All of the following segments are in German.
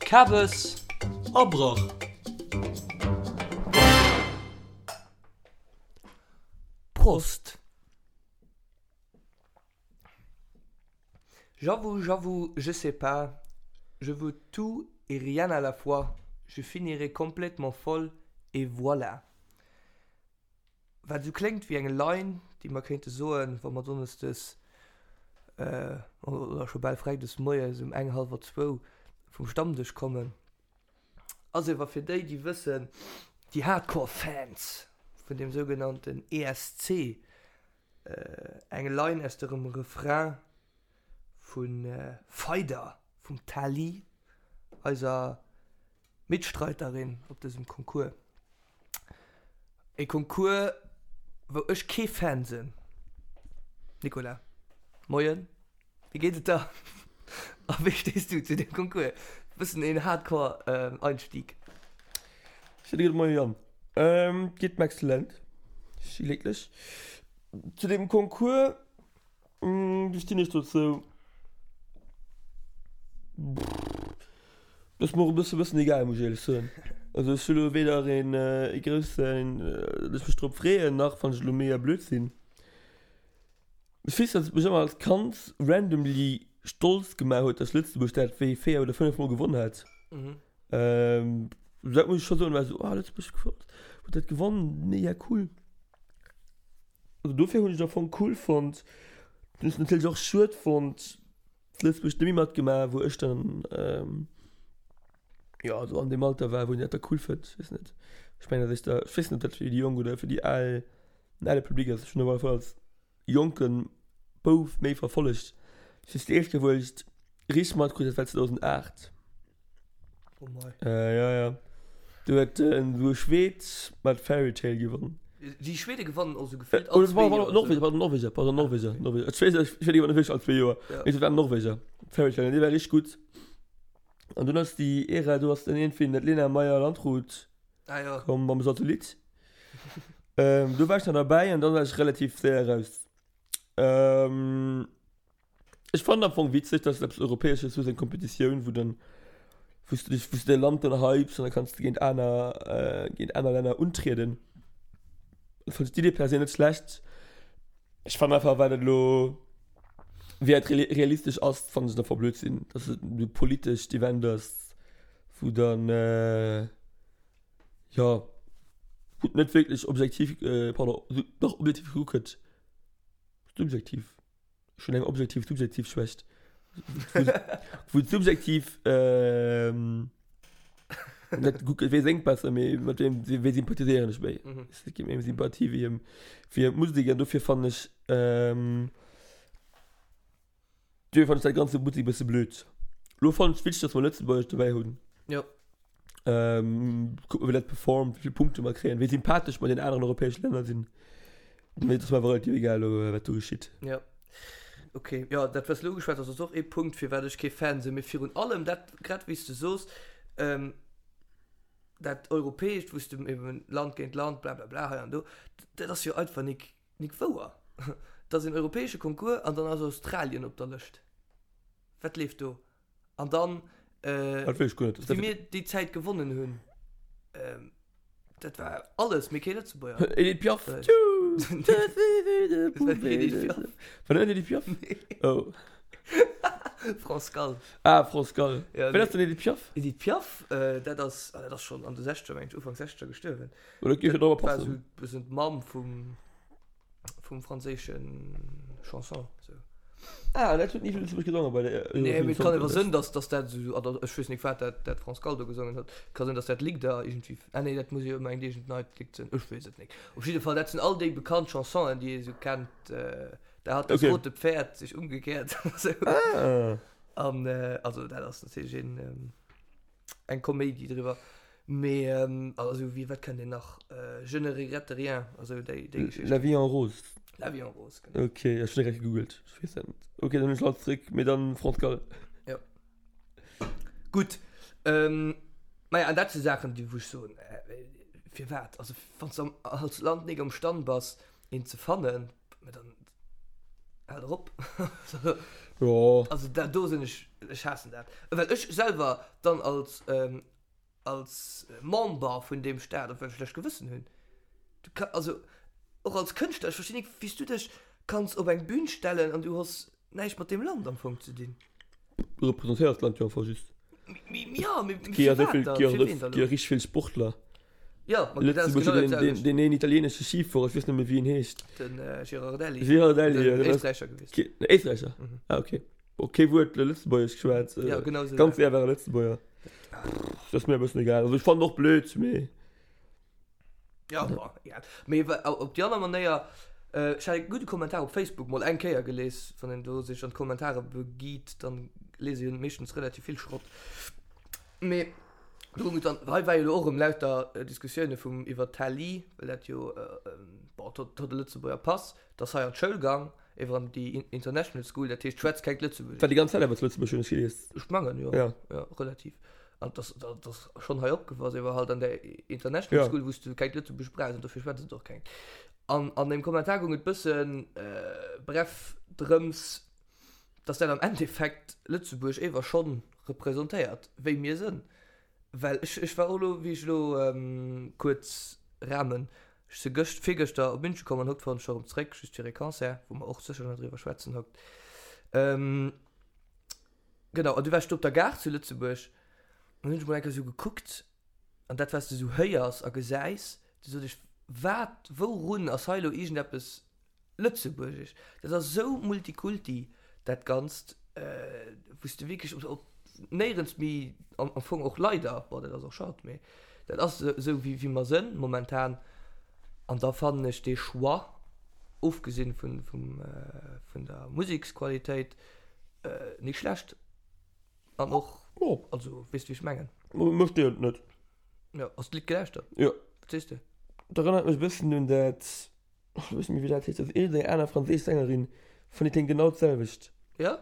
Kabes Abbruch. Prost. J'avoue, je sais pas. Je veux tout et rien à la fois. Je finirai complètement voll et voilà. Weil du klingt wie eine Line, die man könnte so, wenn man so ist das, oder schon bald frei das Neue, so im 1,5 vom Stammtisch kommen. Also, war für die wissen, die Hardcore-Fans von dem sogenannten ESC, eine Line aus dem Refrain von Feider, vom Tali, also Mitstreiterin auf diesem Konkurs. Ein Konkurs, wo ich kein Fan bin. Nicola, moin, wie geht es da? Aber wie stehst du zu dem Konkurs? Bisschen ein Hardcore-Einstieg. Geht mal an. Geht mir exzellent. Schlichtlich. Zu dem Konkurs, ich stehe nicht so. Das ist mir ein bisschen egal, muss ich ehrlich sagen. Also, ich will weder ein größer, das bestimmt freien nach von mehr Blödsinn. Ich weiß, dass ich mich immer als ganz randomly stolz gemacht hat, dass Lützburg statt wie 4 oder 5 Mal gewonnen hat. Sagt man schon so, und war so, Lützburg gefällt. Und hat gewonnen, nee, ja, cool. Also, dafür habe ich davon cool fand. Das ist natürlich auch schön fand, Lützburg nicht mehr gemacht, wo ich dann, ja, so an dem Alter war, wo ich das cool fand. Ich weiß nicht. Ich meine, ich weiß nicht, dass für die Jungen oder für die alle Publik ist. Schon mal als Jungen, both mehr verfolgt. Das ist die erste, wo ich Riesmann kurz 2008. Oh mein. Ja. Du hast so Schwed mit Fairy Tale gewonnen. Die Schwede gewonnen, also gefühlt. Oh, das war Norweger. Ich weiß nicht, als 2 Jahre. Es war Norweger. Fairy Tale, die war richtig gut. Und du hast die Ära, du hast dann irgendwie mit Lena Meyer-Landrut. Ah ja. Komm, beim Satellit. Du warst dann dabei und dann war ich relativ sehr raus. Ich fand davon witzig, dass das europäische so eine Kompetition, wo dann wo der Land dann hypst und dann kannst du gegen einer Länder untreten. Ich fand die Idee per se nicht schlecht. Ich fand einfach, weil das wie halt realistisch aus, fand ich davor Blödsinn. Das ist politisch, die Wenders, wo dann ja nicht wirklich objektiv, doch objektiv geguckt. Subjektiv. Schon ein objektiv, subjektiv schwächt. Wo subjektiv nicht gut, wie denkbar mit dem wir sympathisieren nicht mehr. Es gibt eben Sympathie wie Musiker, dafür fand ich du fand das ganze Musik ein bisschen blöd. Nur fand ich wichtig, dass wir letzten Mal dabei hatten. Ja. Gucken, wie das performt, wie viele Punkte wir kriegen, wie sympathisch wir den anderen europäischen Ländern sind. Das war relativ egal, was du geschieht. Ja. Okay, ja, das war logisch, weil das ist auch ein Punkt, für was ich kein Fan bin. Für und allem, das, gerade wie du so ist, das europäisch, wo du eben Land gegen Land, bla bla bla, und das ist ja einfach nicht wahr. Das sind europäische Konkurs und dann also Australien auf der Liste. Was lief da? Und dann, wie wir die Zeit gewonnen haben, das war alles, mir geht zu Bayern. Edith Piaf. Von Edith Piaf? Oh. France Gall. France Gall. Ja, wer ist denn Edith Piaf? Edith Piaf, das ist schon an der 60er, Anfang 60er gestorben. Oder geht es aber passen? Wir sind Mom vom französischen Chanson. So. Das wird nicht viel zu gesungen bei der. Nee, mit kann aber Sinn, dass das so, oder ich weiß nicht, wer der France Gall da gesungen hat. Kann sein, dass das liegt da irgendwie. Nee, das muss ja immer in diesem Night liegt sein. Ich weiß es nicht. Auf jeden Fall, das sind all die bekannten Chansons, die ihr so kennt. Da hat das rote Pferd sich umgekehrt. So. Also, das ist natürlich eine Komödie drüber. Mais, also, was kann denn noch? Je ne regrette rien. Also, die Geschichte. La vie en rose. La vie en rose, genau. Okay, ich habe schon direkt gegoogelt. Ich weiß nicht. Okay, dann ist es zurück mit dann France Gall. Ja. Gut. Naja, das sind Sachen, die ich so, für was? Also, wenn du als Land nicht am Stand bist, ihn zu fangen, dann halt rup. Ja. Also da sind ich hasse das. Weil ich selber dann als Member von dem Staat auf ein schlecht Gewissen hin. Also auch als Künstler, ich verstehe nicht, wie du dich kannst auf eine Bühne stellen und du hast nicht mit dem Land anfangen zu dienen. Du repräsentierst das Land ja verschissen. Ja, Gibt richtig viel Sportler. Ja, man letzte Woche den italienischen Skifahrer, ich weiß nicht mehr wie ihn heißt. Den Girardelli. Girardelli, ja. Österreicher gewesen. Österreicher? Ah, okay. Okay, wo der letzte Boy ist geschwärzt. Ja, genau so. Ganz eher war der letzte Boy. Das ist mir ein bisschen egal. Also ich fand noch blöd zu mir. Ja, ja. Aber auf die andere Manier, ich habe gute Kommentare auf Facebook mal ein Kehr gelesen, von denen du sich an Kommentare begibt, dann lese ich meistens relativ viel Schrott. Aber dann war ja auch lauter Diskussionen vom über Tali, weil das ja der Lützeburger Pass, das war ja ein Schulgang, über die International School, der Tisch Schweiz kein Lützeburg. War die ganze Zeit aber Lützeburg schön ist. Ich meine, ja, relativ. Und das schon high abgefasst, war halt an der International School, wo du kein Lützeburg besprechen, und dafür schwätzen doch kein. An dem Kommentar ging ein bisschen Bref drums, dass der am Endeffekt Lützeburg einfach schon repräsentiert, wie wir sind. Weil ich war auch, wie ich kurz rahmen, ich bin gestern auf München gekommen und habe von schon zurück, ich die Konzert, wo man auch sicher noch drüber schwätzen hat. Genau, und du warst auf der Gare zu Lützeburg und ich habe mir so geguckt und das, was du so hörst und gesagt, du so dich, worin als Heilo irgendetwas Lützeburg ist. Das ist so multikulti, das Ganze, wusste wirklich, nirgends mir am Anfang auch leider war das auch schade mehr. Das ist so wie wir sind momentan und da fand ich die Choix aufgesehen von der Musikqualität nicht schlecht und auch also wisst wie ich mengen möchte ich nicht ja hast du gelöscht ja siehst du da erinnert mich ein bisschen an das ich weiß nicht wie das heißt das ist eine französische Sängerin von ich genau selber ja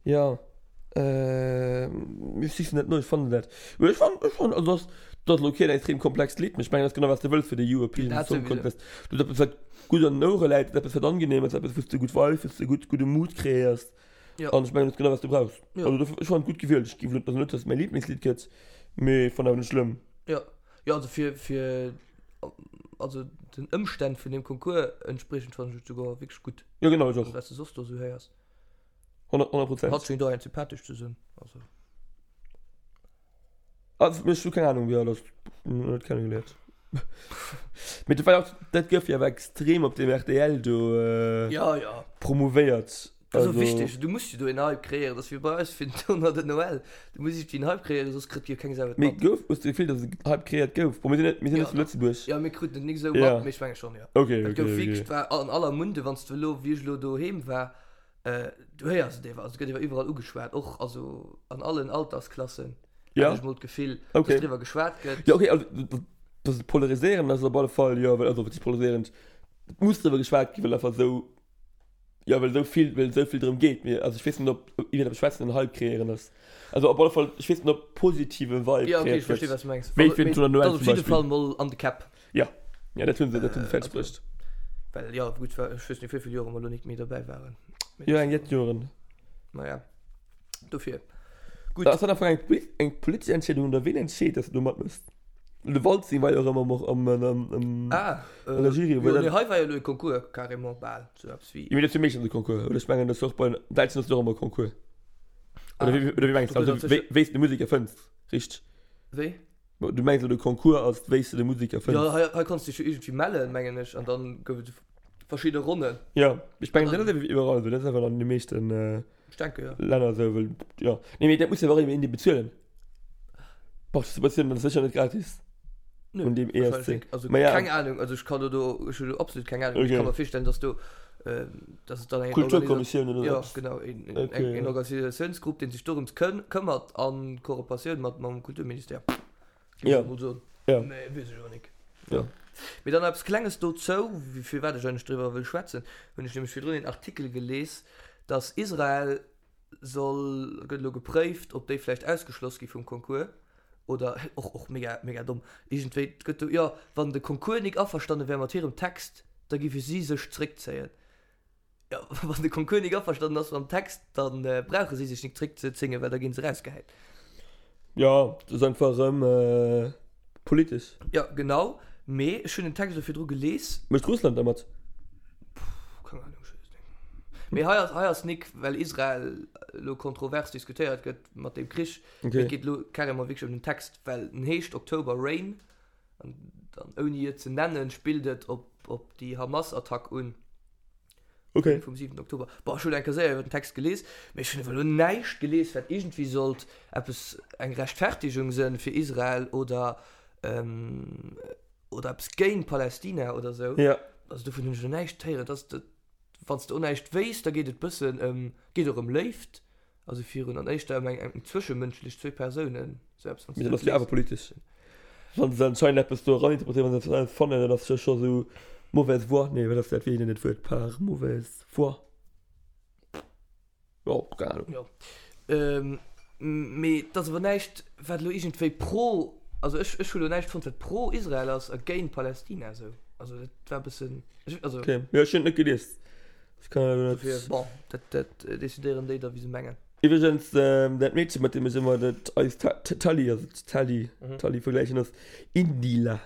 ich nicht nur ich fand also das lokal extrem komplex Lied ich meine das genau was du willst für die European Song Contest du bist halt gut an Eure Leute das ist angenehm das ist du gut weißt du gute Mut kreierst und ich meine das genau was du brauchst also das schon gut gewählt ich gebe das nicht das mein Lieblingslied jetzt mir von aber schlimm ja also für also den Umstand für den Konkurs entsprechend fand ich sogar wirklich gut ja genau so das ist so hörst 100%. Hat schon da ein sympathisch zu sein. Also mir schon keine Ahnung, wie er das nicht kennengelernt. Mit dem Fall auch, das gibt ja extrem auf dem RTL, du promoviert. Also wichtig, du musst dich in halb kreieren, dass wir bei uns finden unter der Noel. Du musst dich in halb kreieren, sonst kriegt ihr keine Sache. Mir gibt es viel, dass es halb kreiert gibt. Wir sind nicht in Lützeburg. Ja, mir kriegt nicht so weit, ich meine schon, ja. Okay. An aller Munde, wenn du wie ich daheim war, du hörst den, also geht überall angeschwärzt, auch also an allen Altersklassen. Ja. Ich mal Gefühl, okay. dass drüber geschwärzt wird. Ja, okay, also das ist polarisierend, das ist auf jeden Fall, ja, weil, also wirklich polarisierend. Muss drüber geschwärzt geben, weil einfach so, ja, weil so viel darum geht. Also ich weiß nicht, ob ich wieder Schwätzen in halb kreieren ist. Also auf jeden Fall, ich weiß nicht, ob positive Vibe. Ja, okay, ich verstehe, was du meinst. Ich finde schon nur auf jeden Fall mal an der Cap. Ja, das tun sie fett spricht. Weil, ja, gut, ich weiß nicht, wie viele Jahre wir noch nicht mehr dabei waren. Ja, jetzt Jahren. Naja, dafür. Gut. Da ist dann einfach eine politische Entscheidung, oder wen entscheidet, dass du machen musst. Du wolltest sie, weil auch immer noch am der Jury. Ja, heute war ja der Konkurs, carrément, so etwas wie. Ich meine, das für mich ist der Konkurs. Oder ich meine, das ist auch bei Deutschland ist doch immer Konkurs. Oder wie meinst du? Also, weißt du, die Musiker findest, richtig? Wie? Du meinst, der Konkurs als weißt du, die Musiker findest? Ja, heute kannst du dich irgendwie melden, meine ich, und dann gibt es verschiedene Runden. Ja, ich meine, das ist überall so. Das ist einfach an den meisten danke, ja. Länder so. Weil, ja. Nee, der muss ja auch immer in die bezahlen. Boah, das ist sicher nicht gratis. Nö, und dem ESC. Also ja. Keine Ahnung, also ich kann absolut keine Ahnung. Okay. Ich kann mir feststellen, dass du das ist dann eine Kulturkommission oder ja, genau, eine Organisationsgruppe, die sich darum kümmert an Kooperation mit dem Kulturministerium. Ja. So. Ja. Nee, weiß ich auch nicht. Ja. Mit dann hab's kleines dort so, wie viel werde ich eigentlich drüber will schwätzen, wenn ich nämlich für den Artikel gelesen, dass Israel soll geprüft, ob die vielleicht ausgeschlossen vom Konkurs oder auch mega dumm. Irgendwie, ja, wenn der Konkurs nicht aufverstanden wäre mit ihrem Text, da gibt es sie sich strikt zählen. ja, was der König auch verstanden hast beim Text, dann brauchen sie sich nicht Trick zu singen, weil da gehen sie rausgeheilt. Ja, das ist einfach politisch. Ja, genau. Me, schön den Text dafür gelesen. Mit Russland damals? Keine Ahnung, mir heißt nicht, weil Israel lo kontrovers diskutiert wird mit dem Krieg. Okay. Geht keine mal wirklich um den Text, weil ein 1. Oktober Rain und dann ohne jetzt zu nennen bildet ob die Hamas-Attacke und Okay. vom 7. Oktober. Boah, schon ein sehr den Text gelesen. Mir schon einfach nur nicht gelesen, weil irgendwie sollte es eine Rechtfertigung sein für Israel oder ob es gegen Palästina oder so. Ja. Also du findest schon nicht hören, dass wenn du unecht weißt, da geht es ein bisschen geht auch Läuft. Also für und echt zwischenmenschlich zwei Personen selbst Mit das ist aber politisch. Sonst anscheinend bist du reininterpretiert, wenn das von das ist schon so mauvaise voix. Nee, weil das wird wie nicht wird par mauvaise voix. Ja, keine Ahnung. Ja. Me das aber nicht, weil du irgendwie pro, also ich will nicht von pro Israel aus gegen Palästina so. Also das war ein bisschen, also Okay, ja, schön nicht gelesen. Ich kann dafür, boah, das dezidieren die da wie sie mengen. Übrigens, das Mädchen, mit dem ich immer das als Tali vergleichen muss, Indila.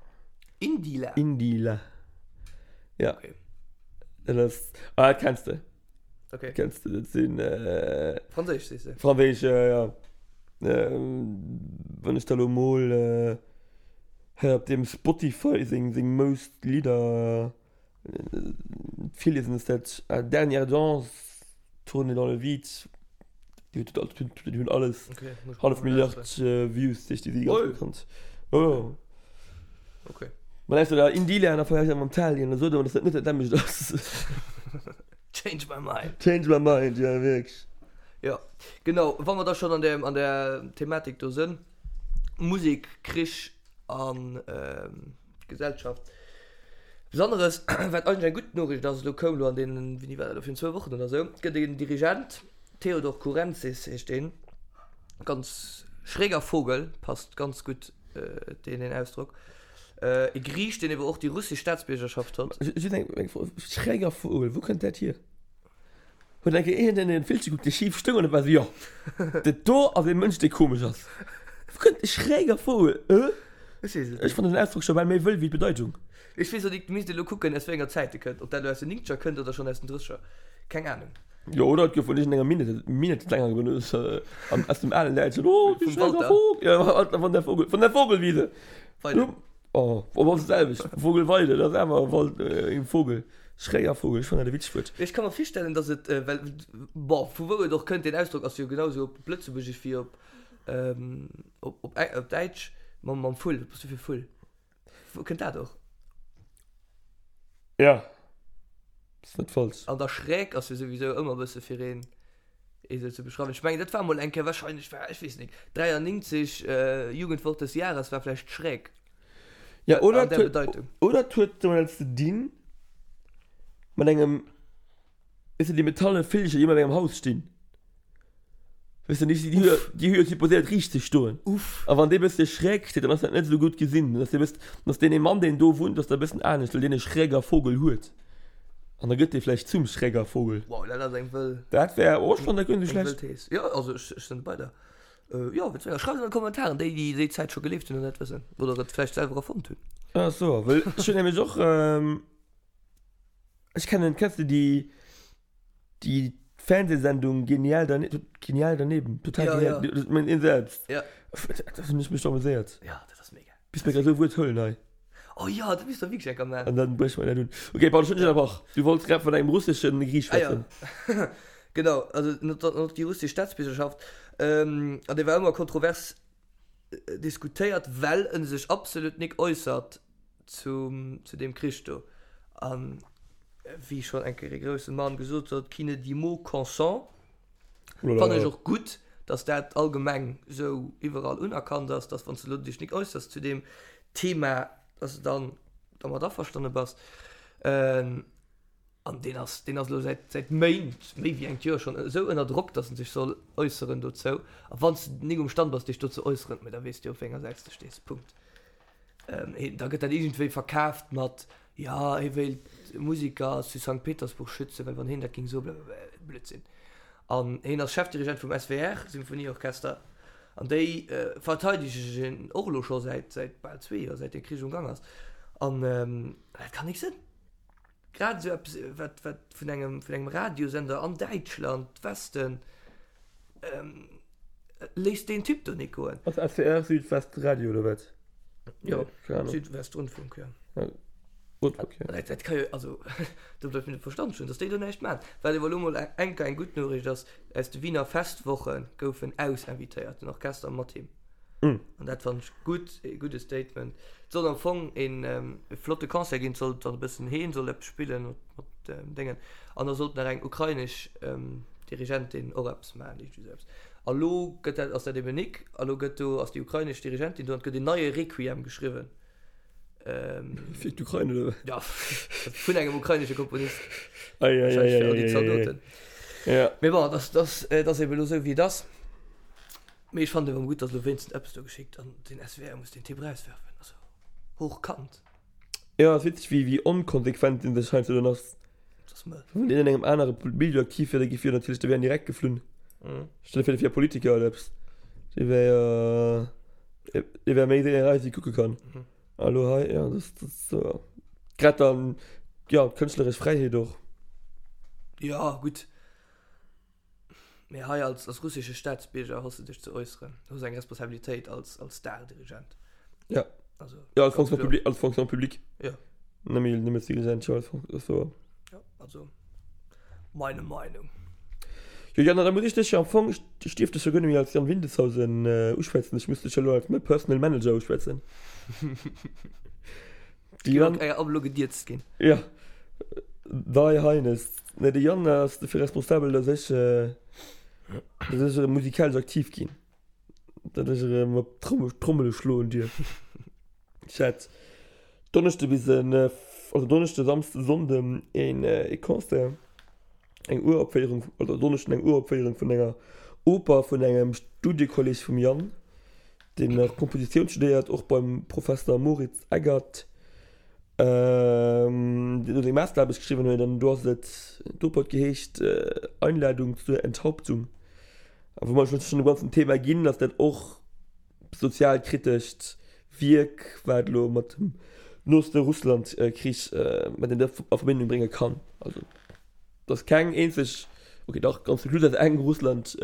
Indila. Ja. Okay. Das kennst du. Okay. Kennst du, das sind Französisch, siehst du. Französisch, ja. Wenn ich da mal auf dem Spotify sing most Lieder viele sind es das dernière danse tourne dans le vide die tun alles Okay. half Milliard Views sich die Oh. bekannt. Oh. Okay. Man ist da in die Länder vielleicht am Italien so das nicht damit das Change my mind. change my mind ja wirklich. Ja, genau. Wenn wir da schon an der Thematik da sind, Musik, Krieg an Gesellschaft. Besonderes, was eigentlich ein gut Nachricht, dass du kommst an den, wie war das, für 2 Wochen oder so, den Dirigent Theodor Kurenzis ist den, ganz schräger Vogel, passt ganz gut den Ausdruck. Ein Griech, den aber auch die russische Staatsbürgerschaft hat. Ich denke schräger Vogel wo könnt das hier und denke ich den viel zu gut die schief Stimme und was ja der Tor auf den Mensch der komisch ist wo könnt ein schräger Vogel ich fand den Ausdruck schon weil mir will wie Bedeutung. Ich weiß nicht, du müsstest gucken, es wäre Zeit könnt, ob der aus dem Ninja könnt oder schon aus dem Drischer. Keine Ahnung. Ja, oder hat gefunden, ich in einer Minute länger benutzt, aus dem allen Leid schon, oh, die schräger Vogel. Ja, von der Vogelwiese. Weide. Oh, aber was ist selbst? Vogelweide, das ist einfach ein Vogel. Schräger Vogel, ich fand der Witz wird. Ich kann mir feststellen, dass es, weil, boah, wo doch könnt den Ausdruck, als du genauso auf Plötzlich wie auf Deutsch, man voll, bist du für voll. Wo könnt das doch? Ja. Das ist nicht falsch. An der Schräg, als wir sowieso immer ein bisschen für ihn zu beschreiben. Ich meine, das war mal wahrscheinlich, ich weiß nicht, 93 Jugendwort des Jahres war vielleicht schräg. Ja, oder der Bedeutung. Oder tut man als Dien man einem ist die Metalle Filche immer im Haus stehen. Weißt du nicht, die Höhe hypothetisch richtig stohlen. Aber an dem bist du schräg steht, dann hast du nicht so gut gesehen. Dass du bist, dass den Mann, den du wohnt, dass der ein bisschen ernst, weil den ein schräger Vogel hört. Und dann geht der vielleicht zum schräger Vogel. Wow, das ist ein Das wäre auch schon, da könnte schlecht. Ja, also ich bin bei der. Ja, schreibt in den Kommentaren, die Zeit schon gelebt haben und nicht wissen. Oder das vielleicht selber erfunden tun. Ach so, weil ich finde nämlich auch, kennst du die Fernsehsendung genial daneben, total Ja, genial, ja. Mein selbst. Ja. Das finde ich mich schon sehr. Ja, das ist mega. Bis mir gerade so wohl toll, nein. Oh ja, du bist doch wirklich ein Mann. Und dann bricht man ja tun. Okay, Paul, schon aber auch. Du wolltest gerade von einem russischen Griech sprechen. Ja. Genau, also noch die russische Staatsbürgerschaft. Und der war immer kontrovers diskutiert, weil er sich absolut nicht äußert zu dem Christo. Wie schon ein größer Mann gesagt hat, keine Dimo consent. Fand ich auch gut, dass das allgemein so überall unerkannt ist, dass wenn du dich nicht äußerst zu dem Thema, dass du dann mal da verstanden bist. An den hast seit Main wie ein Jahr schon so in der Druck, dass er sich soll äußern dazu. Aber wenn du nicht umstand bist, dich dazu äußern, mit der weißt du auf Finger selbst stehst. Punkt. Da geht dann irgendwie verkauft mit, ja, ich will Musiker zu St. Petersburg schützen, weil man hinter ging so Blödsinn. Und einer als Chefdirigent vom SWR, Symphonieorchester, und die verteidige ich auch schon seit bald 2 Jahren, seit der Krieg umgegangen ist. Und das kann nicht sein. Gerade so etwas, was von einem Radiosender an Deutschland, Westen, liest den Typ doch nicht gut. Was SWR Südwestradio oder was? Ja, keine Ahnung. Südwestrundfunk, ja. Ja. Gut, okay. Das kann ja, also, du bleibst mit dem Verstand schon, das steht doch nicht mal. Weil ich wollte mal ein gut Nachricht, dass es die Wiener Festwochen gaufen ausinvitiert, noch gestern mit ihm. Mm. Und das fand ich gut, ein gutes Statement. So, dann fang in flotte Konzert gehen, soll dann ein bisschen hin, soll spielen und Dingen. Und dann sollte er ein ukrainisch Dirigentin auch etwas machen, nicht du selbst. Hallo, geht das aus der Dominik, hallo, geht du aus die ukrainische Dirigentin, du hast die neue Requiem geschrieben. Für die Ukraine, oder? Ja, von einem ukrainischen Komponist. Ja. Aber bon, das eben so wie das. Aber ich fand es gut, dass du Vincent Apps geschickt und den SWR muss den T-Preis werfen. Also, hochkant. Ja, es ist witzig, wie unkonsequent in das scheint, oder das. Von denen einem anderen Bildaktiv wäre, die natürlich, die werden direkt geflohen. Stell dir vor, die Politiker, die wäre mehr in der Reise gucken kann. Hallo, hi, ja, das so. Gerade dann, ja, künstlerisch Freiheit doch. Ja, gut. Ja, als russische Staatsbürger hast du dich zu äußern. Du hast eine Responsabilität als Star-Dirigent. Ja. Also, ja, als Funktion Publik. Ja. Nämlich als Dirigent, ja, so. Ja, also, meine Meinung. Ja, da muss ich dich ja anfangen, die Stifte so gönnen, wie als Jan Windeshausen ausschwätzen. Ich müsste dich ja als mein Personal Manager ausschwätzen. Die Jan... obligiert zu gehen. Ja. Da ja Heines. Ne, die Jan ist dafür responsabel, dass ich musikalisch aktiv gehen. Dass ich Trommel schlagen dir. Schatz. Donnerstag bis Donnerstag, Samstag, Sonntag in Konzert. Eine Urabfeierung, oder Donnerstag eine Urabfeierung von einer Oper von einem Studiekolleg von Jan, den Komposition studiert, auch beim Professor Moritz Eggert. Den Master habe ich geschrieben, und dann dort hat gehecht Einladung zur Enthauptung. Aber man schon ein ganzes Thema gehen, dass das auch sozialkritisch wirkt, weil du mit dem Russland-Krieg mit in Verbindung bringen kann. Also, das kein einzig, okay, doch ganz gut, dass ein Russland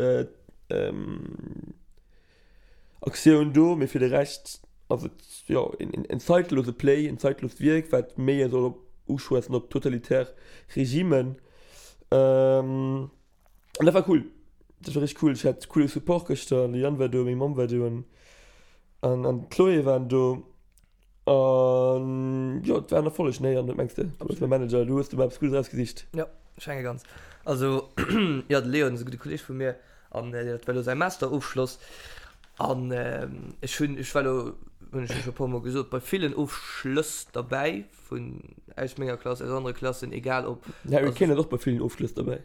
Aktion do, mir für den Rest, also ja, in zeitlose Play, in zeitlos Wirk, weil mehr so ausschweißen auf totalitär Regimen. Und das war cool. Das war richtig cool. Ich hatte coole Support gestern. Jan war da, meine Mom war da und Chloe waren da. Und ja, das war noch voll schnell, und das meinst du? Du bist mein Manager, du hast überhaupt gut Gesicht. Ja, scheint ganz. Also, ja, Leon ist ein guter Kollege von mir, und weil er sein Master aufschloss. Und ich war da, wenn ich schon ein paar Mal gesagt, bei vielen Aufschluss dabei, von aus meiner Klasse, aus anderen Klassen, egal ob. Ja, wir kennen doch bei vielen Aufschluss dabei.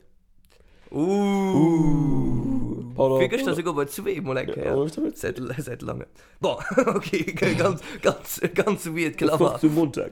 Wie geht das sogar bei 2 Molecken? Ja, seit lange. Boah, okay, ganz weird, klar. Das zum Montag.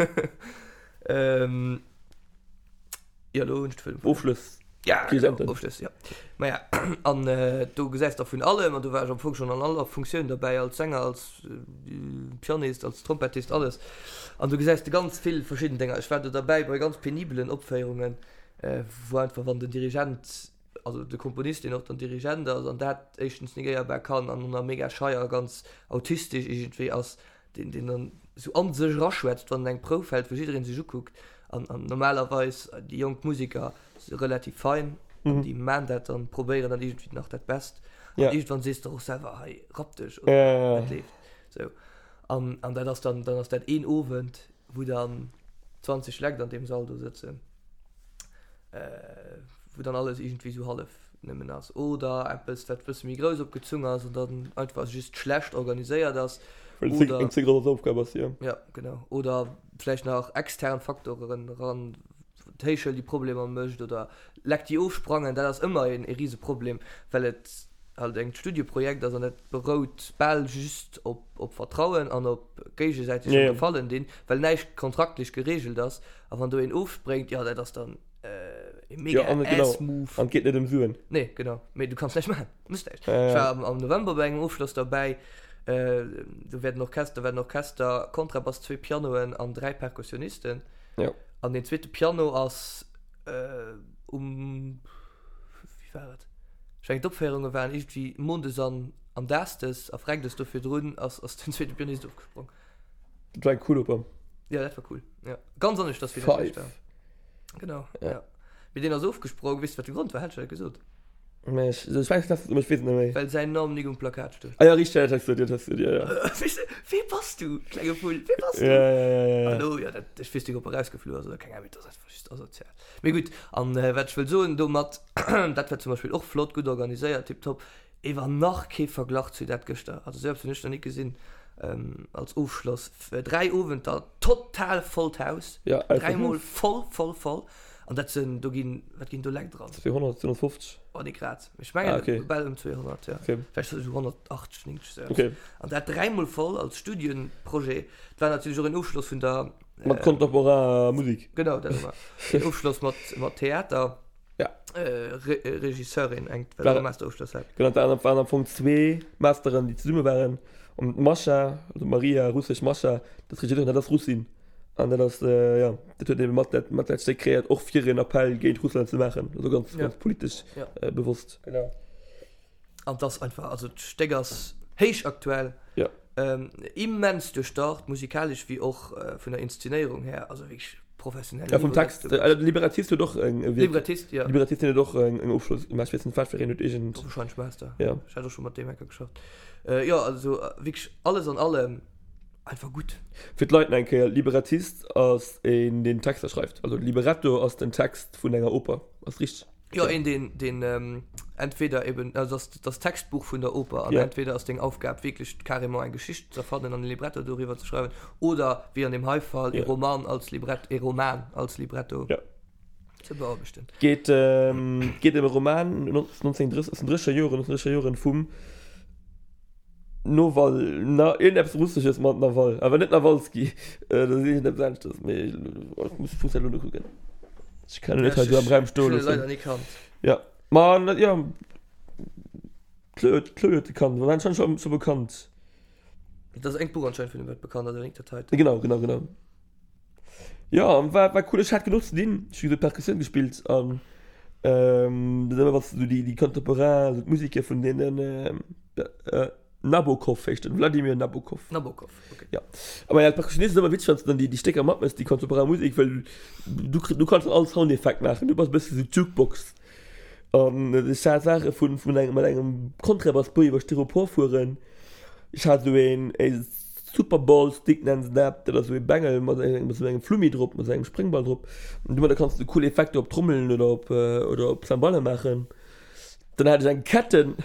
Ja, lohnt Film. Aufschluss. Ja, genau, Aufschluss, ja. Aber ja, und du gesagt auch von allem, und du warst am Anfang schon an aller Funktionen dabei, als Sänger, als Pianist, als Trompetist, alles. Und du gesagt ganz viele verschiedene Dinge. Ich war dabei bei ganz peniblen Abfeierungen, wo einfach wenn der Dirigent, also der Komponist, noch der Dirigent, also, und der hat erstens nicht mehr kann, und einer mega scheuer, ganz autistisch irgendwie, als den dann so an sich raschwätzt, wenn ein Profil für jeder sich guckt. Und normalerweise die jungen Musiker sind relativ fein, und die Mann das dann probieren dann irgendwie nach das Beste. Und irgendwann siehst du auch selber, hey, raptisch, und das lebt. So. Und dann ist das ein Abend, wo dann 20 Leute an dem Saldo sitzen. Wo dann alles irgendwie so halb nehmen ist. Oder etwas, das ein bisschen mehr groß abgezogen ist und dann einfach just schlecht organisiert ist. Oder Aufgabe ist, ja. Ja, genau. Oder vielleicht noch externen Faktoren ran, die Probleme möchte oder leckt die aufsprangen, das ist immer ein riesiges Problem, weil es halt ein Studieprojekt, also nicht beruht bald just ob Vertrauen an ob gegenseitig gefallen den, weil nicht kontraktlich geregelt das, aber wenn du ihn aufbringt, ja, das dann mega genau. Und geht nicht im Süden. Nee, genau. Aber du kannst nicht machen. Musst nicht. Ich war am November bei einem Aufschluss dabei, da werden Orchester, Kontrabass, 2 Pianoen und 3 Perkussionisten. Ja. An den zweiten Piano als wie war das? Die Abfährungen waren irgendwie Mondes am dastes, auf Rechts dafür drin, als den zweiten Pianist aufgesprungen. Das war ein cooler Oper. Ja, das war cool. Ja. Ganz anders, dass wir das nicht haben. Genau, ja. Mit denen er so aufgesprungen, wisst ihr, was der Grund war, hätte ich gesagt. Ich weiß nicht, ich weiß nicht. Weil sein Name nicht im Plakat steht. Ah ja, richtig, das hast du, ja. Wie passt du, kleine Fuhl? Wie passt du? Ja. Hallo, ja, das ist fest Gruppe rausgeflogen, also da kann ich mit das ist asozial. Aber gut, an was ich will so und du hat, das wird zum Beispiel auch flott gut organisiert, tipptopp. Ich war noch kein Vergleich zu das gestern. Also selbst wenn ich noch nicht gesehen, als Aufschluss, 3 Abend da total voll Haus. Ja, 3-mal voll. Und das sind, was ging du lang dran? 200, 250. Oh, nicht gerade. Ich meine, okay. Bald um 200, ja. Okay. Vielleicht so 180 nicht. Okay. Und das 3-mal voll als Studienprojekt. Das war natürlich auch ein Aufschluss von der... Mit kontemporaner Musik. Genau, das war ein Aufschluss mit Theater. Ja. Regisseurin, weil der Masteraufschluss hat. Genau, da waren von 2 Masterinnen, die zusammen waren. Und Mascha, also Maria, russisch Mascha, das Regisseurin hat das Russin. Und das, ja, das hat eben mit der Stück kreiert, auch für einen Appell gegen Russland zu machen. Also ganz politisch bewusst. Genau. Und das einfach, also Steggers heiß aktuell. Ja. Immens durchdacht, musikalisch wie auch von der Inszenierung her, also wirklich professionell. Ja, vom Text, Liberatist du doch Liberatist, ja. Liberatist du doch ein Aufschluss, zum Beispiel ein Fachverein und irgend. Wahrscheinlich Master. Ja. Ich hatte schon mal dem geschafft. Ja, also wirklich alles an allem einfach gut. Für die Leute ein Liberatist aus in den Text schreibt, also Liberato aus dem Text von einer Oper, was richtig? Ja, in den entweder eben also das Textbuch von der Oper, Ja. entweder aus den Aufgaben wirklich carrément eine Geschichte zu erfahren und ein Libretto darüber zu schreiben, oder wie an dem Haifall Ja. ein Roman als Libretto Ja. zu bearbeiten. Geht im Roman 1930er Jahren vom Noval, irgendetwas Russisches mit Naval, aber nicht Nawalski. Das ist nicht selbst, das muss Fußball nur gucken. Ich kann nicht halt so am Reimstuhl. Leider nicht kann. Ja, man, ja, Klöte kann, man ist schon so bekannt. Das ist ein Buch anscheinend für den Welt bekannt, also nicht der Titel. Genau. Ja, und war cool, ich hatte genutzt den, ich habe Perkussion gespielt an, was so die kontemporäre Musiker von denen, Nabokov, Wladimir Nabokov. Okay. Ja. Aber ja, Perkussionist ist immer witzig, wenn du dann die Stecker machst, die kontemporäre Musik, weil du kannst alles Soundeffekt machen, du bist ein bisschen so Jukebox. Und das ist eine Sache von einem Kontrabassboy über Styropor fuhren. Ich hatte so ein Super Bowl-Stick, nennen sie das, oder so ein Bengel mit so einem Flummi drauf, mit so einem Springball drauf. Und da kannst du coole Effekte auf Trommeln oder auf Cymbalen machen. Dann hatte ich einen Ketten.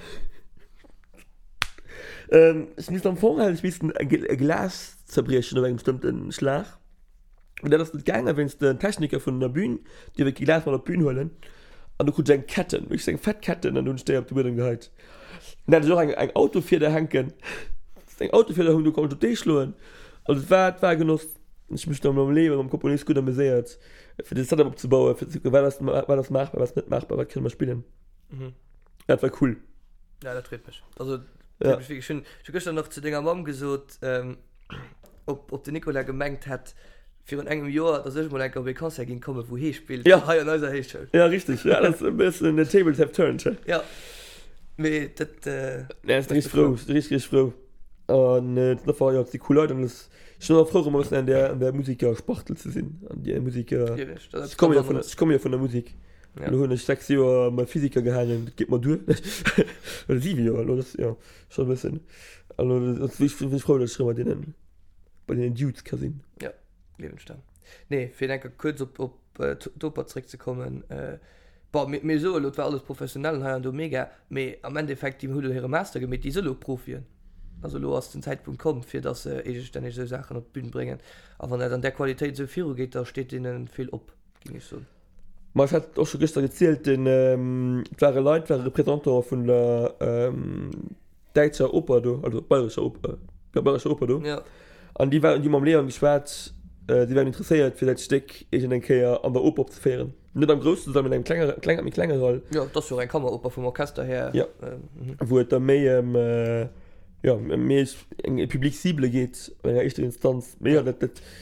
Ich muss am Anfang halt ein bisschen ein Glas zerbrechen oder einen bestimmten Schlag. Und dann ist das gegangen, wenn es der Techniker von der Bühne, die wird Glas von der Bühne holen, und du kannst einen Ketten, ich sage Fettketten, und du stehst auf die Bühne gehört. Und dann hat er auch ein Auto für der Hanken. Ein Auto für der Hanken, du kannst du dich schlagen. Und es war Genuss. Ich möchte am Leben, am Komponist gut amüsiert. Für das Setup abzubauen, war das machbar, was nicht machbar, was können wir spielen. Mhm. Das war cool. Ja, das dreht mich. Also, Ja. ich habe gestern noch zu deiner Mom gesagt, ob der Nikola gemerkt hat, für einem Jahr, dass ich mal ein Konzert gehen komme, wo er spielt. Ja. Ah, ja, nein, das ist Ja, richtig. Ja, das ist ein bisschen the tables have turned. Ja. Aber das, Ja, ist richtig froh. Und das war ja die coole Leute. Und das ist schon auch froh, um an der Musiker-Spachtel zu sein. An die Musiker. Ich komme ja von der Musik. Ja. Du hast 6 Jahre mal Physiker gehalten, das geht mal durch. Oder 7 Jahre, also das ja schon ein bisschen. Also ich bin froh, dass ich bei den Dudes kann sehen. Ja, Lebensstand. Nee, vielen Dank, kurz auf Dopa zurückzukommen. Mir so, das war alles professionell und du mega, aber am Endeffekt, die Hüdel ihre Master gemacht, die solo profieren. Also du hast den Zeitpunkt kommen, für das ich dann nicht so Sachen auf die Bühne bringen. Aber wenn er an der Qualität so viel geht, da steht ihnen viel ab, ging ich so. man hat auch schon gestern gezählt den war Repräsentant von der deutscher Oper do, also bayerischer Oper do. Ja. Und die waren die am Leon geschwärzt, die waren interessiert für das Stück ich in den Kehr an der Oper abzufahren. Nicht am größten, sondern mit einem kleinen Roll. Ja, das ist ja ein Kammeroper vom Orchester her. Ja. Wo es dann mehr ja, mehr in Publiksible geht, in der ersten Instanz. Mehr, das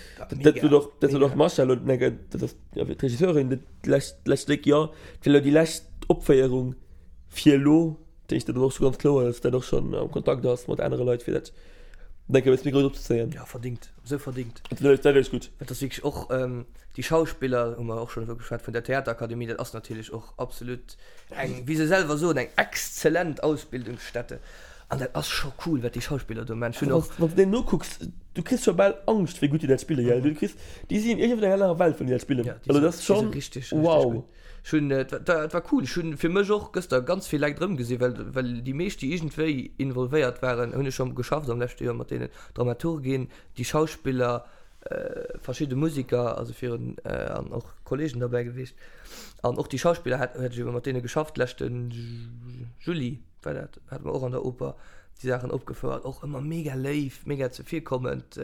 du doch Marshall und das ja, die Regisseurin, das letzte Jahr, für die letzte Abfeierung, 4 Lo, die ich da doch so ganz klar ist, der doch schon Kontakt hast mit anderen Leuten für das. Denke, es mir gut aufzuzählen. Ja, verdient. So verdient. Das ist gut. Das ist wirklich auch, die Schauspieler, haben wir auch schon wirklich von der Theaterakademie, das ist natürlich auch absolut, wie sie selber so, eine exzellente Ausbildungsstätte. Und das ist schon cool, was die Schauspieler da machen. Wenn du den nur guckst, du kriegst schon bald Angst, wie gut die das spielen. Ja? Die sind irgendwie in einer Welt von die das spielen. Ja, also das ist schon richtig, wow. Richtig schön, das war cool. Schön, für mich auch gestern ganz viel Leute drin gesehen, weil die Menschen, die irgendwie involviert waren, haben schon geschafft am letzten Jahr mit den Dramaturgen, die Schauspieler, verschiedene Musiker, also für auch Kollegen dabei gewesen. Und auch die Schauspieler hat mit denen geschafft, letzten Juli, weil das hat man auch an der Oper die Sachen aufgeführt, auch immer mega live, mega zu viel kommend,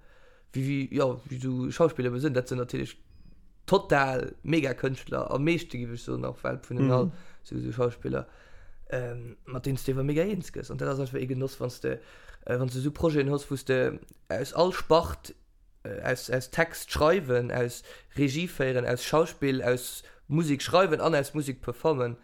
wie du Schauspieler sind, das sind natürlich total mega Künstler, am meisten gibt es so noch Welt von den so Schauspieler, mit denen du mega ähnlich ist. Und das ist einfach ein Genuss, wenn du so Projekte hast, wo du aus all Sport, aus Text schreiben, aus Regie führen, aus Schauspiel, aus Musik schreiben, an als Musik performen,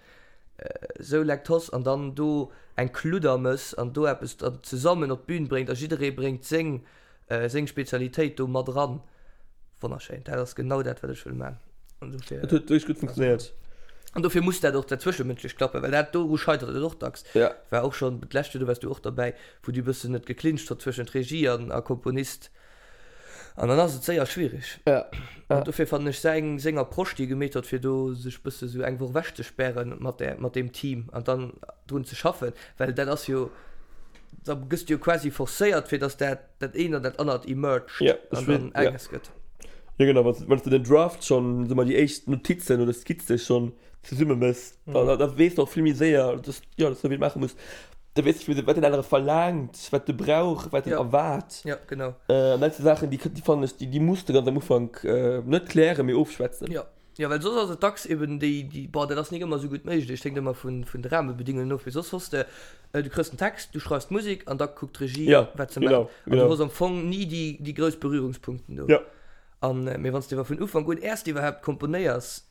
so leckt hast und dann du ein Kluder musst und du bist zusammen auf die Bühne bringt, also jeder bringt sing Spezialität du mal dran. Wunderschön, das ist genau das, was ich will machen. Und das hat gut funktioniert. Und dafür muss der doch dazwischenmenschlich klappen, weil du scheitert doch dax. Ja. War auch schon das letzte, du warst du auch dabei, wo du bist nicht geklincht hat zwischen Regie und Komponist. Und dann ist es sehr schwierig. Ja. Und dafür fand ich Sänger Prost, die gemäht hat, für du sich bist so irgendwo weg zu sperren mit dem Team und dann drin zu schaffen, weil das ist ja, da bist du quasi forciert, für dass das eine oder das andere emergt. Ja, und dann eigenes geht. Ja, genau, wenn du den Draft schon, so mal die echten Notizen oder Skizze schon zusammen musst, da weißt du auch viel mehr sehr, das so viel machen musst. Da weißt du, was den anderen verlangt, was du brauchst, was du erwartet. Ja, genau. Manche Sachen, die fand ich, die musst du ganz am Anfang nicht klären, mehr aufschwätzen. Ja. Ja, weil so ist das eben, das ist nicht immer so gut möglich. Ich denke immer von den Rahmenbedingungen noch, wie sonst hast du kriegst einen Text, du schreibst Musik und da guckt Regie, was zu machen. Und du hast am Anfang nie die größten Berührungspunkte. Ja. Und wenn du von Anfang gut erst überhaupt komponierst,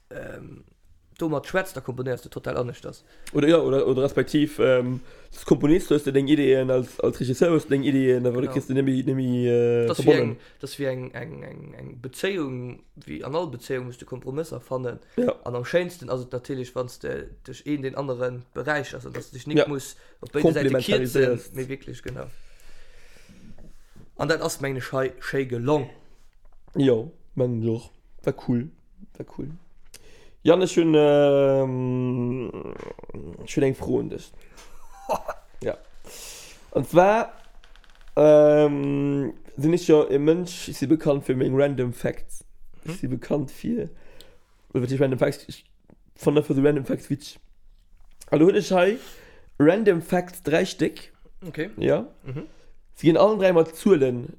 Thomas Schwätz, da komponierst du total anders das. Oder respektiv, das komponierst du hast deine Ideen als Regisseur hast deine Ideen, aber du kriegst du nämlich das wie eine Beziehung, wie an allen Beziehungen musst du Kompromisse finden. Ja. Und am schönsten, also natürlich, wenn du durch den anderen Bereich, also dass du dich nicht muss auf beide Seiten kürzen, mir wirklich, genau. Und dann ist meine Schei gelungen. Ja, mein doch. War cool. Ja, eine schöne Freund ist. Ja. Und zwar sind ich ja ein Mensch, ich bin bekannt für meine Random Facts. Ich bin bekannt für Random Facts. Ich fand für so Random Facts witzig. Also heute ist Random Facts 3 Stück. Okay. Ja. Sie gehen alle dreimal zuhören.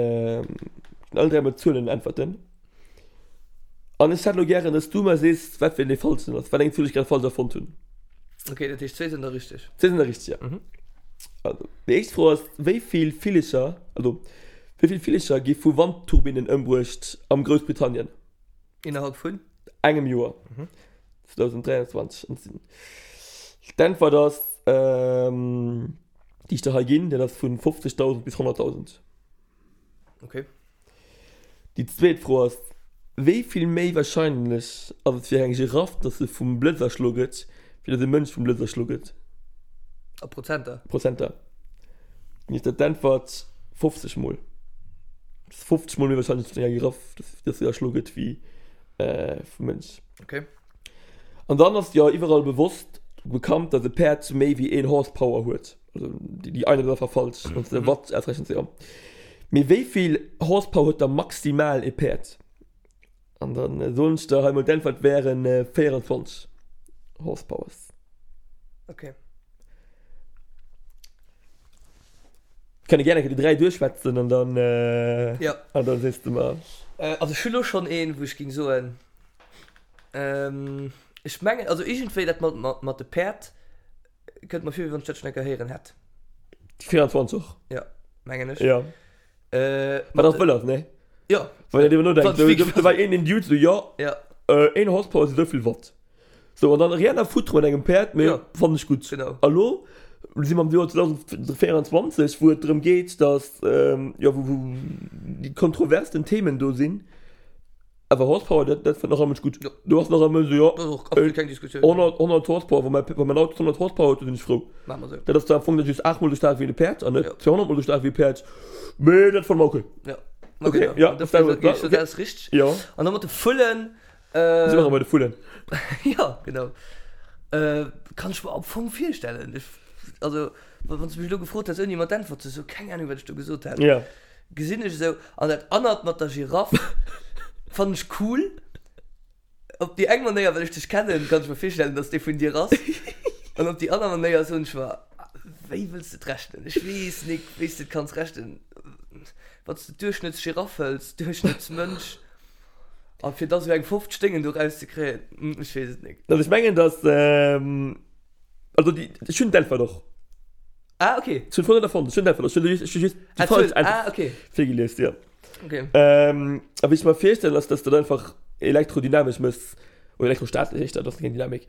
Antworten. Und ich hätte nur gerne, dass du mal siehst, was wir nicht falsch sind. Was denkst du, ich gerade falsch davon tun? Okay, das ist 2 sind da richtig. 2 sind da richtig, ja. Also, die erste Frage ist, wie viel Filischer gibt von Wandturbinen umgebracht am Großbritannien? Innerhalb von? Einem Jahr. 2023. Dann war das, die ich da gehen, der das von 50.000 bis 100.000. Okay. Die zweite Frage ist, wie viel mehr wahrscheinlich, also es wäre eine Giraffe, dass sie vom Blitzer schluckt, wie der Mensch vom Blitzer schluckt? Prozenter. Nicht der Antwort 50 Mal. Das ist 50 Mal mehr wahrscheinlich für eine Giraffe, dass sie schluckt wie vom Mensch. Okay. Und dann ist ja überall bewusst bekannt, dass ein Pferd mehr wie 1 Horsepower hat. Also die eine ist falsch und der Watt errechnen sie an. Mit wie viel Horsepower hat er maximal ein Pferd? Und dann sonst der Modell wären 24 Horsepower. Okay. Ich kann gerne die 3 durchschwätzen und dann Ja. und dann siehst du mal. Also Schüler schon wo ich ging so ein ich meine also irgendwie das mal der Pferd könnte man viel von Stadtschnecker hören hat 24. ja meine ich Ja. Aber das will das, ne? ja Weil er nur denkt, Das ist wirklich- du war in den Dude so, ja, ja 1 Horsepower ist so viel Watt. So, und dann Rihanna Futter mit einem Pferd, mir Ja. fand ich gut. genau Hallo? Wir sind am Jahr 2024, wo es darum geht, dass wo die kontroversen Themen da sind. Aber Horsepower, das fand noch einmal gut. Ja. Du hast noch einmal so, ja, das ist auch absolut keine Diskussion 100 Horsepower, wenn mein Auto 100 Horsepower hat, bin ich froh. machen wir so Das ist der Anfang natürlich 8 mal so stark wie ein Pferd, und nicht Ja. 200 mal so stark wie ein Pferd. Nee, das fand ich okay. ja Okay, genau. ja, Und das dafür ist- gehst du okay. das richtig Ja, und dann mit den Füllen das machen wir die Fullen. ja genau kann ich mir auch vom viel stellen also wenn du mich nur gefragt hast irgendjemand antwortet so keine Ahnung was du gesagt hast Ja. gesehen ist so an der anderen mit der Giraffe fand ich cool ob die irgendwann näher weil ich dich kenne kann ich mir feststellen dass die von dir raus und ob die anderen näher so ich war wie willst du rechnen ich weiß nicht wie du kannst rechnen was du Durchschnittsgiraffe als Durchschnittsmensch aber für das wäre 50 Dinge durch auszukriegen ich weiß es nicht Also ich meine, dass also die schönen Delfer doch. ah okay Schon vorne davon, schön Delfer, ich okay viel gelesen, ja. okay Aber ich mal feststellen, dass du einfach elektrodynamisch musst, oder elektrostatisch, das ist keine Dynamik,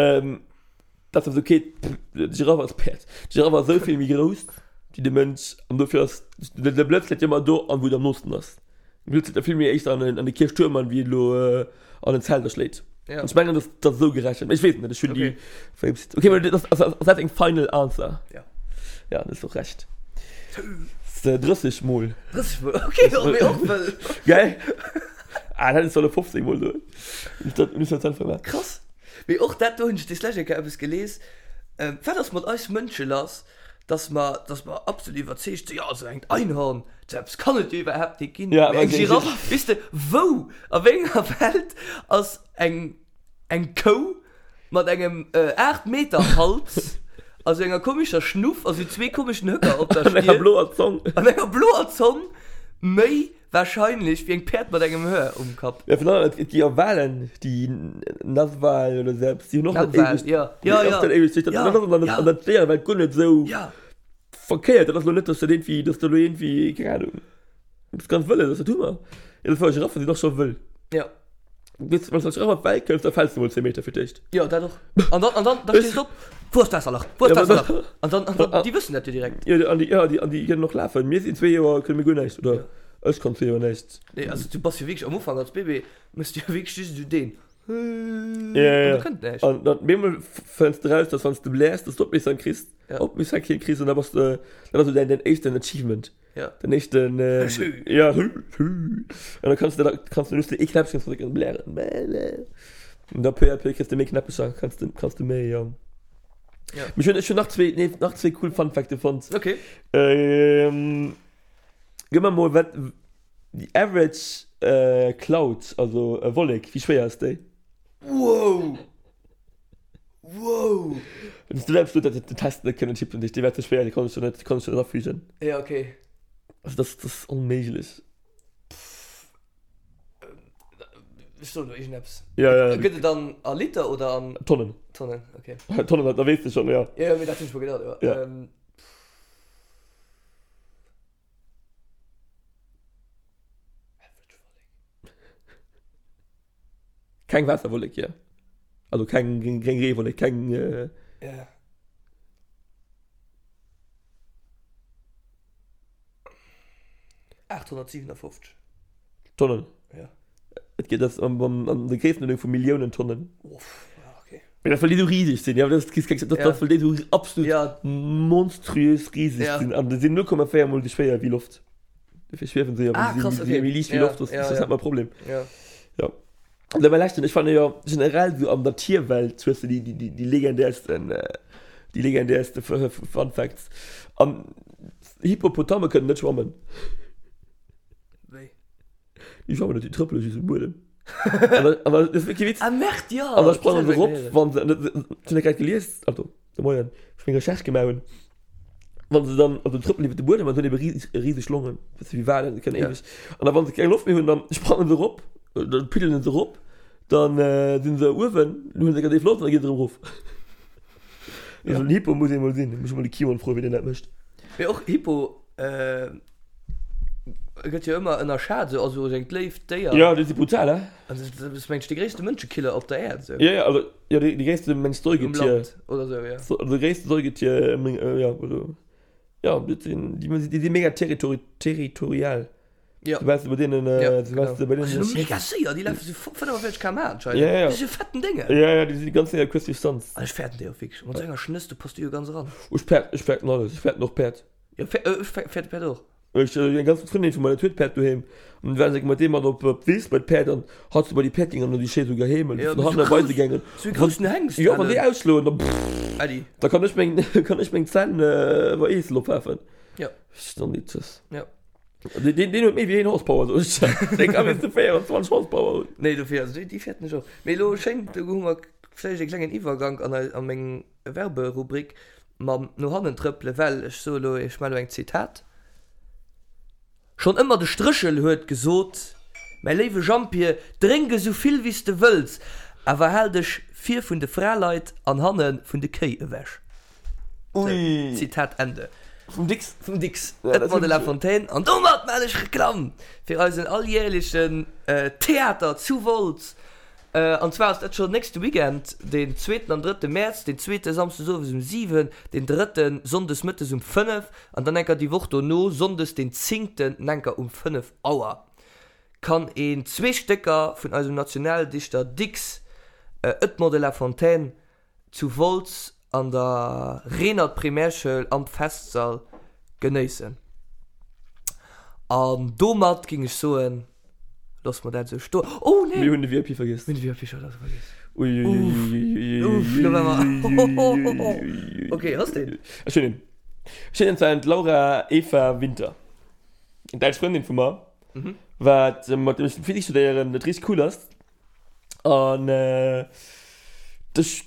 dass das okay, die Giraffe als Pferd. Die Giraffe war so viel wie groß, die der Mensch, und dafür ist, der plötzlich immer da, an wo du am Nutzen hast. Plötzlich der viel mehr echt an die Kirchtürmen, wie du an den Zelter schlägt. ja Und ich meine, das so gerechnet. Ich weiß nicht, das ist schon Okay. die. Okay, weil das ist ein Final Answer. Ja. Ja, das ist doch recht. Das ist 30 Mal. das ist wohl okay das ist auch weil Geil? Das ist so eine 50 Mal so. Ich das einfach mal. krass wie auch dat du die Slash es gelesen das man als Mönsche las dass man absolut überzecht ja so ein Einhorn selbst kann es überhaupt nicht gehen Ja, Wie aber ein Giraffe wisst du wo auf welcher Welt als ein Co mit einem 8 Meter Hals also einer komischer Schnuff also 2 komischen Höcker auf der Ein Stirn blauer Song. an einer blauen Zunge mei wahrscheinlich wie ein Pferd mit einem Hör um den Kopf Ja, vielleicht gibt es ja Wahlen, die Nasswahl oder selbst, die noch nicht Nasswahl, ewig. ja. die Ja, auch ja. dann ewig sind. Ja, ja. Und das wäre halt gar nicht so ja verkehrt. Das ist noch nicht, dass du irgendwie, keine Ahnung, das ganz will, das ist ja dummer. Ja, das war eine Giraffe, die doch schon will. ja Wenn du als Giraffe weit kannst, dann fällst du wohl 10 Meter für dich. Ja, da doch. Und dann da stehst du, Fußtasserlach, Fußtasserlach. Und dann, die wissen das direkt. Ja, die können noch laufen. Wir sind 2 Jahre, können wir gut nicht, oder? Ja. Ich kann 2 Jahre nicht. Nee, also du bist ja wirklich am Anfang als Baby, musst du ja wirklich du den. Ja. Und du könnt nicht. Und dann, wenn fällst du raus, dass wenn du bläst, dass du mich dann kriegst, Ja. ob mich dann kriegst, und dann hast du dein ersten Achievement. Ja. Den nächsten, Hü. ja, und dann kannst du lustig, ich knapp, kannst du blären. Und da kriegst du mehr Knappischer, kannst du mehr, ja. Ja. Mich schon nach zwei cool Fun-Fakte von. Okay. Gehen wir mal, was die Average Cloud, also Wolleck, wie schwer ist die? Wow. Wow. Und du lebst, dass die Tasten können tippen nicht, die werden zu schwer, die kannst du nicht abfügen. Ja, okay. Also das ist unmöglich. So, ich neb's. Ja. Geht es dann an Liter oder an Tonnen. Tonnen? Okay. Tonnen, da weißt du schon, ja. Ja, mir dachte ich schon gedacht, ja. Ja. Kein Wasserwolleck, ja. Also kein Rehwolleck, kein. Ja. $857. Tonnen. Ja. Es geht das an der Größenordnung von Millionen Tonnen. Uff, ja, okay. Ja, das, weil die so riesig sind, ja, das weil die so absolut Ja. monströs riesig Ja. sind. Und die sind 0,4 mal die schwer wie Luft. Die schwer sie, aber Ah, die krass, sind okay. wie leicht wie Ja, Luft, das ja, ist ja. halt mein Problem. Ja. Und dann war leicht, ich fand ja generell so an der Tierwelt, zuerst die legendärsten Fun Facts. Hippopotame können nicht schwammen. Wei. Die schwammen nicht, die trippeln sich im Boden. aber das ist wirklich witzig. Merkt ja. Aber sprang so rup, wenn sie gerade gelesen, also, der Moin, ich bin Recherche gemacht. Wenn sie dann, also Trippen mit dem Boden, man so eine riesige Schlungen, weißt du, wie war das, ich kann ewig. Und dann, wenn sie keine Luft mehr haben, dann sprangen sie rup, dann piedeln sie rup, dann sind sie Uhren, dann haben sie gerade die Flotte, dann geht sie drauf. Also ein Hippo muss ich mal sehen, ich muss mal die Kion froh, wie der nicht mischt. Ja, auch Hippo, geht ja immer in der Schade, also ein Gleif der. Ja, das ist brutal, ne? Also das ist Mensch, die größte Menschenkiller auf der Erde. So. Ja, also, ja, die größte Mensch-Säugetier. Oder so, ja. So, also die größte Säugetier, ja, oder, ja, die sind mega territorial. Ja. Du weißt, bei denen, Ja, du weißt, bei denen. Also, mega sicher, die laufen so 45 km/h anscheinend. Ja, ja. Das sind fetten Dinge. Ja, die sind die ganze Zeit Christy Stunts. Also ich fährt die auf wirklich. Und so ein Schniss, du passt dir ganz ran. Ich fährt noch alles, ich fährt noch Pferd. Ja, ich fährt Pferd auch. Ich eine ganze Freundin von meiner Twitpad daheim. Und wenn ich mit dem mal ob willst bei Pad, dann hast du bei die Padding und die Schäse sogar heim und Ja, dann haben wir beide gegangen. So wie großen Hengst. Ja, wenn die ausschlagen, dann Adi. da kann ich mein Zähne bei Esel aufwerfen. Ja. Ist doch nicht das. Ja. Den hat mir wie ein Horsepower. So. Ich denke, am besten 24 Horsepower. Nee, du fährst, die fährt nicht auch. Melo schenkt, du guck mal, vielleicht einen kleinen Übergang an meinen Werberubrik. Man noch einen Triple, weil ich so, ich meine ein Zitat. Schon immer der Strichel hört gesot, mein liebe Jean-Pierre, trinke so viel wie du willst, aber halt dich 4 von der Freiheit an Hannen von der Kei wäsch. Ui. Zitat Ende. Vom Dix. Vom Dix. Ja, Das war de La Fontaine. Und du macht man nicht Reklam für unseren alljährlichen Theater zu Volz. Und zwar ist das schon nächste Weekend, den 2. und 3. März, den 2. Samstag so um 7, den 3. Sonntags mittags um 5 und dann die Woche noch Sonntags den 10. um 5 Uhr. Kann ein 2 Stücker von unserem Nationaldichter Dix, Edmond de La Fontaine, zu Volz an der Renat Primärschule am Festsaal genießen. Und damit ging ich so ein lass mal das so stehen. Oh nee! Wie haben die VIP vergessen? Wenn wir schon das vergessen. Okay, hast du den? Schön. Schön sind Laura Eva Winter. Deine Freundin von mir. Was mit dem finde ich studieren, das richtig cool ist. Und das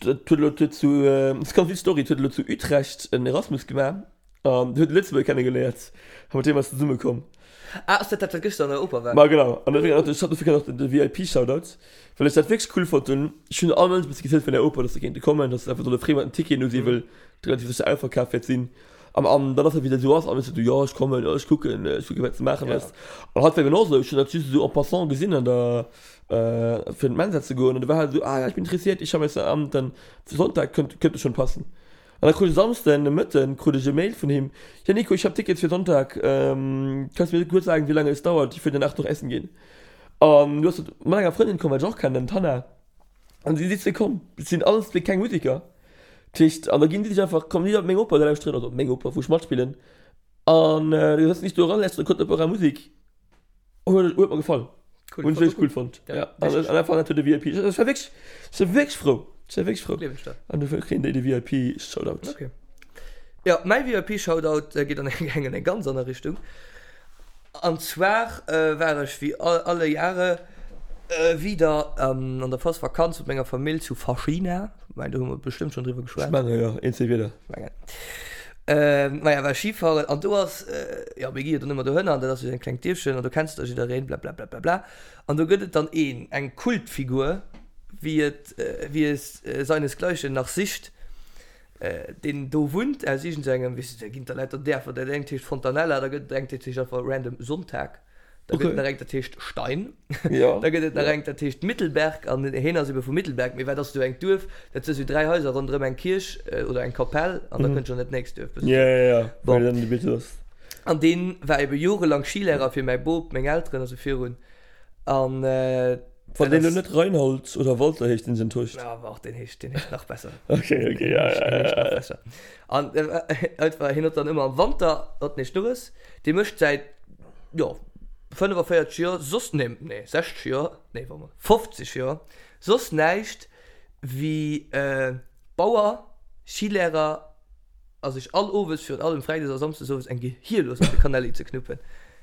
kann viel Story, das zu Utrecht in Erasmus gemacht. Und hat letztes Mal kennengelernt. Haben wir dem was zusammengekommen. Ah, ist das gestern an der Oper war? Mal genau. Und deswegen hatte ich noch den VIP-Shoutout. Weil ich das wirklich cool fand. Und ich finde auch ein bisschen von der Oper, dass die kommen, dass einfach so eine Fremde ein Ticket nur sie will, relativ sich einfach Kaffee ziehen. Am Abend, dann ist er wieder so aus, aber ich so, ja, ich komme, ja, ich gucke, was zu machen ist. Und hat er genauso, ich habe natürlich so en passant gesehen, an der, für den Mannsatz zu gehen. Und er war halt so, ah ja, ich bin interessiert, ich habe jetzt am Abend, dann für Sonntag könnte schon passen. Und dann kriege ich Samstag in der Mitte, kriege ich eine Mail von ihm. Ja, Nico, ich habe Tickets für Sonntag. Kannst du mir kurz sagen, wie lange es dauert? Ich will in der Nacht noch essen gehen. Du hast meine Freundin kommen, weil ich auch kann, dann Tanna. Und sie sitzt, komm, das sind alles keine Musiker. Ticht, und da gehen die sich einfach, komm nicht auf Menge Oper, da läuft drin, also Menge Oper, wo Schmatt spielen. Und du hast nicht so ranlässt, dann kommt ein Musik. Und das hat mir gefallen. Cool, und ich wirklich cool fand. Ja, also einfach natürlich VIP. Ich war wirklich froh. Ich war wirklich froh. Und du kriegst die VIP-Shoutout. Okay. Ja, mein VIP-Shoutout geht dann in eine ganz andere Richtung. Und zwar war ich wie alle Jahre wieder an der Postvakanz mit meiner Familie zu Faschina. Ich meine, du hast bestimmt schon drüber gesprochen. Ich meine, ja, endlich wieder. Naja, war Skifahren und du hast, ja, begiert dann immer da hin, das ist ein kleines Tierchen und du kennst dich da reden, bla bla bla bla bla. Und du gibt dann eine Kultfigur, wie es seinesgleichen nach Sicht, den du wohnt, sich sagen, wie ist der Internet, der denkt sich Fontanella, da denkt sich einfach random Sonntag. Da geht direkt der Tisch Stein. Ja. Da geht direkt der Tisch Mittelberg an den Hähner über vom Mittelberg. Mir war das du ein Dorf, das ist wie 3 Häuser rund um ein Kirch oder ein Kapell und da könnt ihr nicht nächstes Dorf. Ja. Weil dann die Bitte ist. An den war ich jahrelang Skilehrer für mein Bob, meine Eltern, also für uns. Und von denen du nicht reinholst oder Walter hecht, den sind enttäuscht. Ja, aber auch den hecht noch besser. Okay, ja. Und etwa hindert dann immer am Winter, das nicht nur ist. Die möchte seit, ja, 45 Jahre, sonst nee, 60 Jahre, nee, 50 Jahre, sonst nicht wie Bauer, Skilehrer, also ich all Oves für allem Freitag oder Samstag so ein Gehirlos auf die Kanäle zu knüpfen.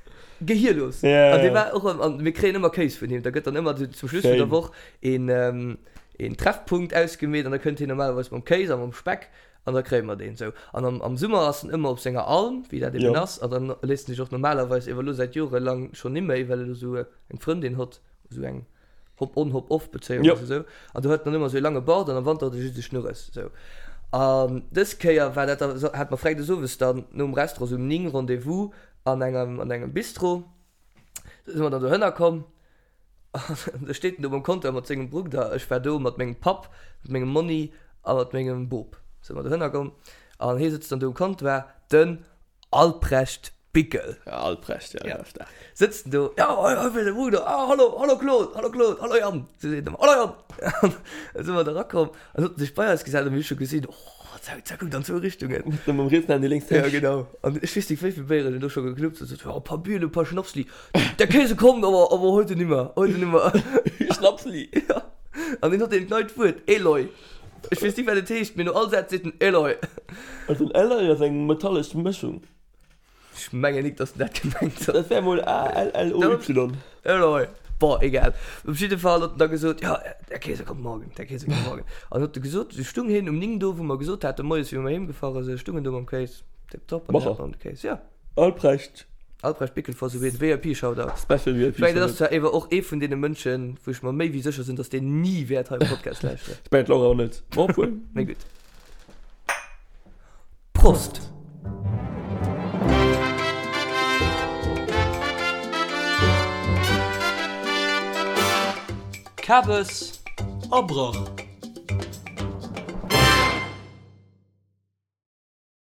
gehirlos. Ja, Und die ja. war auch, und wir kriegen immer Case von ihm. Da geht dann immer zum Schluss Schön. der Woche in Treffpunkt ausgemäht und da könnt ihr normalerweise beim Käse, beim Speck und da kriegen wir den so. Und am Sommer ist immer auf seiner Alm, wie der eben Ja. ist. Und dann lässt sich auch normalerweise immer seit Jahren lang schon nicht mehr, weil er so eine Freundin hat, so ein Hop-on, Hop-off Beziehung. Ja. Also so. Und du hat dann immer so lange Bart und dann wandert er die Schnurres. So. Das Käse war das, hat man fragt so, was dann nur im Restaurant so ein Rendezvous an einem Bistro. Da sind wir dann da hingekommen. Da steht nur beim Konto mit seinem Bruder, ich war da mit meinem Pap, mit meinem Money und mit meinem Bob. Sind wir da hingekommen. Und hier sitzt dann da im Konto, den Albrecht Pickel. Ja, Albrecht, ja. Ja. Ja. Stark. Sitzen da, ja, ich bin der Bruder, hallo Claude, hallo Jan. Sie sagen, hallo Jan. Dann sind wir da rangekommen. Und hat sich bei uns gesagt, und wir schon gesehen, zack, guck dann zur Richtungen. Dann beim Ritzen an die links. Ja, genau. Und ich weiß nicht, wie viele Bären den du schon geknüpft hast. Ja, ein paar Bühne, ein paar Schnapsli. Der Käse kommt, aber heute nicht mehr. Schnapsli. Ja. Und den hat den Leute Wort, Eloy. Ich weiß nicht, wer der Tisch, mir nur allseits sitzen, Eloy. Also ein Eller ist eine metallische Mischung. Ich meine nicht, dass das gemeint ist. Das wäre wohl A-L-L-O-Y. Eloy. Boah, egal. Auf jeden Fall hat er dann gesagt, ja, der Käse kommt morgen. Und dann hat er gesagt, sie stungen hin, Ning da, wo man gesagt hat, der Mäuse, wie wir hingefahren sind, stungen da am Käse. Tipptopp. Mach er. Und der Käse, ja. Albrecht. Albrecht Pickel vor so wie ein VIP-Schau da. Special VIP. Ich meine, das ist ja eben auch von den Menschen, wo ich mir mehr wie sicher sind, dass die nie Wert haben im Podcast leisten. Ich bin Laura auch nicht. Oh, cool. Na gut. Prost. Kabes. Abrach.